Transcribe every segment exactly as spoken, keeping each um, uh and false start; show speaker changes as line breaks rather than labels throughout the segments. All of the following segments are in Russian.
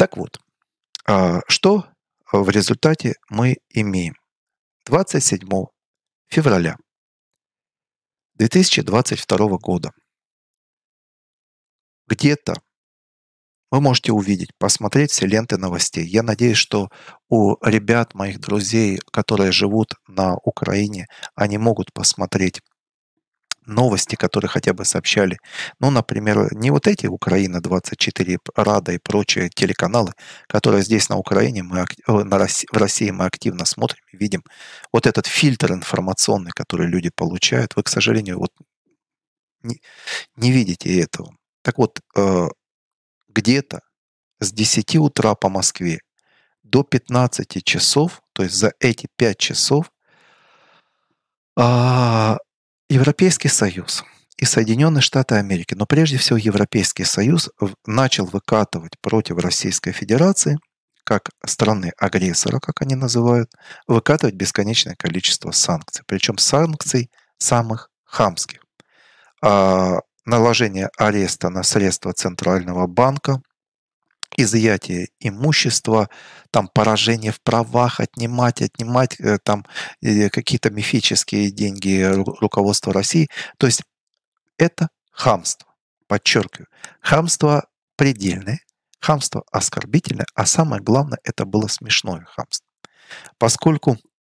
Так вот, а, что в результате мы имеем? двадцать седьмого февраля две тысячи двадцать второго года где-то вы можете увидеть, посмотреть все ленты новостей. Я надеюсь, что у ребят, моих друзей, которые живут на Украине, они могут посмотреть новости, которые хотя бы сообщали. Ну, например, не вот эти «Украина-двадцать четыре», «Рада» и прочие телеканалы, которые здесь на Украине, мы, ак- э, на Росси- в России мы активно смотрим, и видим. Вот этот фильтр информационный, который люди получают, вы, к сожалению, вот не, не видите этого. Так вот, э, где-то с десяти утра по Москве до пятнадцати часов, то есть за эти пять часов, а, Европейский Союз и Соединенные Штаты Америки, но прежде всего Европейский Союз в- начал выкатывать против Российской Федерации, как страны-агрессора, как они называют, выкатывать бесконечное количество санкций. Причем санкций самых хамских. А, наложение ареста на средства Центрального банка, изъятие имущества, там поражение в правах, отнимать, отнимать э, там э, какие-то мифические деньги ру- руководства России. То есть это хамство, подчеркиваю. Хамство предельное, хамство оскорбительное, а самое главное, это было смешное хамство. Поскольку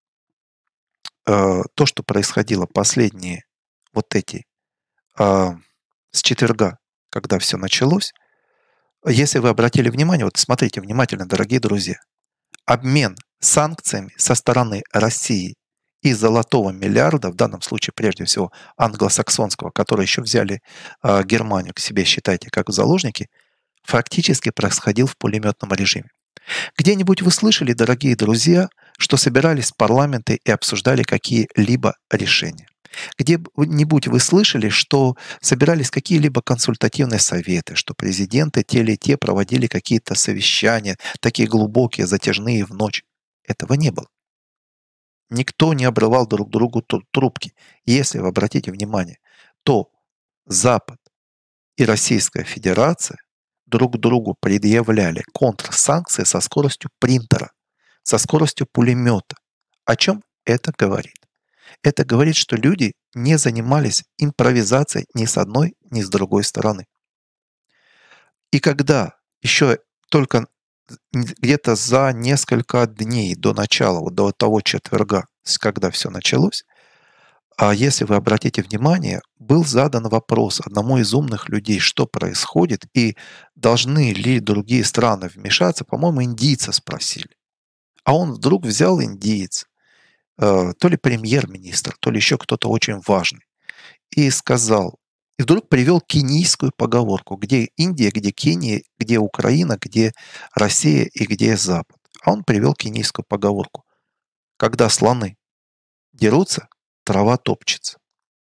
э, то, что происходило последние вот эти э, с четверга, когда все началось, если вы обратили внимание, вот смотрите внимательно, дорогие друзья, обмен санкциями со стороны России и золотого миллиарда, в данном случае прежде всего англосаксонского, который еще взяли э, Германию к себе, считайте, как в заложники, фактически происходил в пулеметном режиме. Где-нибудь вы слышали, дорогие друзья, что собирались парламенты и обсуждали какие-либо решения? Где-нибудь вы слышали, что собирались какие-либо консультативные советы, что президенты те или те проводили какие-то совещания, такие глубокие, затяжные в ночь? Этого не было. Никто не обрывал друг другу тру- трубки. Если вы обратите внимание, то Запад и Российская Федерация друг другу предъявляли контрсанкции со скоростью принтера, со скоростью пулемета. О чем это говорит? Это говорит, что люди не занимались импровизацией ни с одной, ни с другой стороны. И когда еще только где-то за несколько дней до начала, вот до того четверга, когда все началось, а если вы обратите внимание, был задан вопрос одному из умных людей, что происходит, и должны ли другие страны вмешаться, по-моему, индийца спросили. А он вдруг взял индиец, э, то ли премьер-министр, то ли еще кто-то очень важный, и сказал, и вдруг привел кенийскую поговорку, где Индия, где Кения, где Украина, где Россия и где Запад. А он привел кенийскую поговорку. Когда слоны дерутся, трава топчется.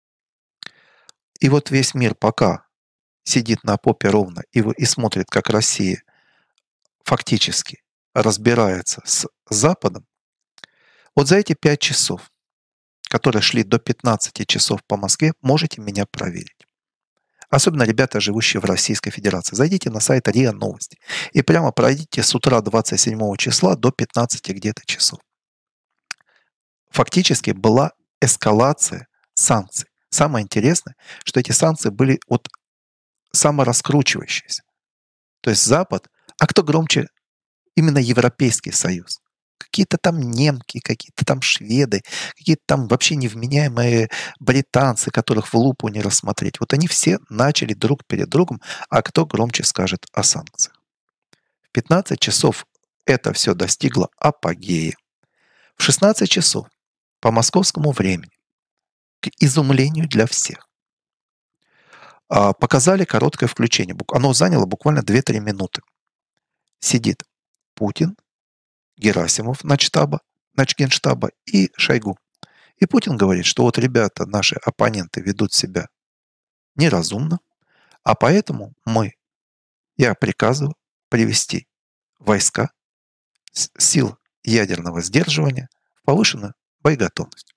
И вот весь мир пока сидит на попе ровно и, вы- и смотрит, как Россия фактически разбирается с Западом, вот за эти пять часов, которые шли до пятнадцати часов по Москве, можете меня проверить. Особенно ребята, живущие в Российской Федерации. Зайдите на сайт РИА Новости и прямо пройдите с утра двадцать седьмого числа до пятнадцати где-то часов. Фактически была эскалация санкций. Самое интересное, что эти санкции были вот самораскручивающиеся. То есть Запад, а кто громче? Именно Европейский Союз. Какие-то там немки, какие-то там шведы, какие-то там вообще невменяемые британцы, которых в лупу не рассмотреть. Вот они все начали друг перед другом, а кто громче скажет о санкциях. В пятнадцать часов это все достигло апогея. В шестнадцать часов по московскому времени, к изумлению для всех, а, показали короткое включение. Бук- Оно заняло буквально две-три минуты. Сидит Путин, Герасимов, начштаба, начгенштаба и Шойгу. И Путин говорит, что вот ребята, наши оппоненты ведут себя неразумно, а поэтому мы, я приказываю привести войска с сил ядерного сдерживания в повышенную боеготовность.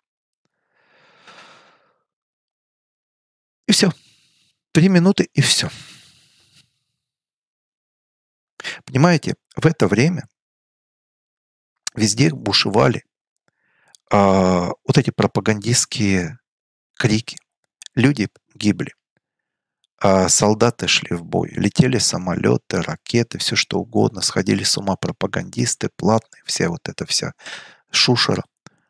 И все. Три минуты и все. Понимаете, в это время везде бушевали а, вот эти пропагандистские крики. Люди гибли, а солдаты шли в бой, летели самолеты, ракеты, все что угодно, сходили с ума пропагандисты, платные, вся вот эта вся шушера.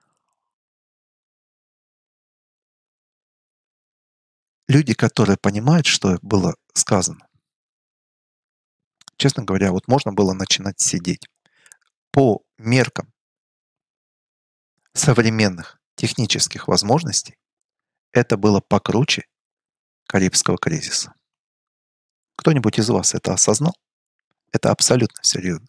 Люди, которые понимают, что было сказано, честно говоря, вот можно было начинать сидеть. По меркам современных технических возможностей это было покруче Карибского кризиса. Кто-нибудь из вас это осознал? Это абсолютно серьезно.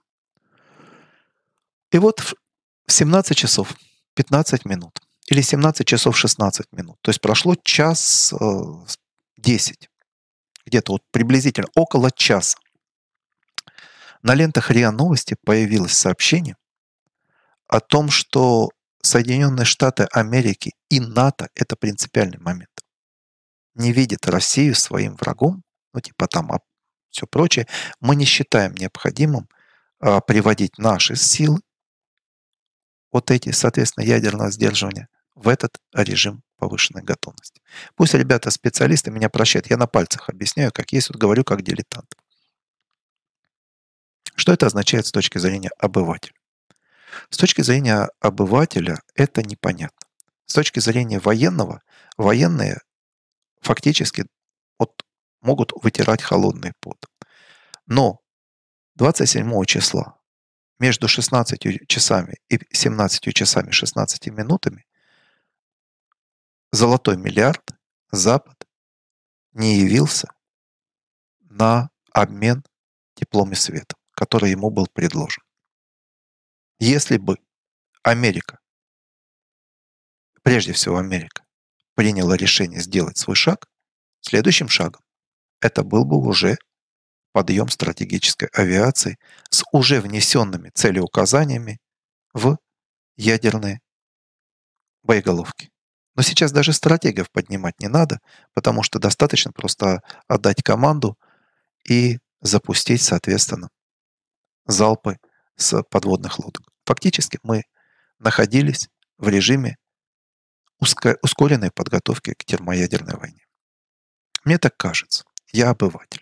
И вот в семнадцать часов пятнадцать минут или семнадцать часов шестнадцать минут, то есть прошло час э, десять, где-то вот приблизительно около часа, на лентах РИА Новости появилось сообщение о том, что Соединенные Штаты Америки и НАТО — это принципиальный момент. Не видят Россию своим врагом, ну типа там а все прочее, мы не считаем необходимым а, приводить наши силы, вот эти, соответственно, ядерное сдерживание, в этот режим повышенной готовности. Пусть ребята-специалисты меня прощают, я на пальцах объясняю, как есть, вот говорю как дилетант. Что это означает с точки зрения обывателя? С точки зрения обывателя это непонятно. С точки зрения военного, военные фактически вот, могут вытирать холодный пот. Но двадцать седьмого числа между шестнадцатью часами и семнадцатью часами шестнадцатью минутами золотой миллиард Запад не явился на обмен теплом и светом, который ему был предложен. Если бы Америка, прежде всего Америка, приняла решение сделать свой шаг, следующим шагом это был бы уже подъем стратегической авиации с уже внесенными целеуказаниями в ядерные боеголовки. Но сейчас даже стратегов поднимать не надо, потому что достаточно просто отдать команду и запустить, соответственно, залпы с подводных лодок. Фактически мы находились в режиме ускоренной подготовки к термоядерной войне. Мне так кажется. Я обыватель.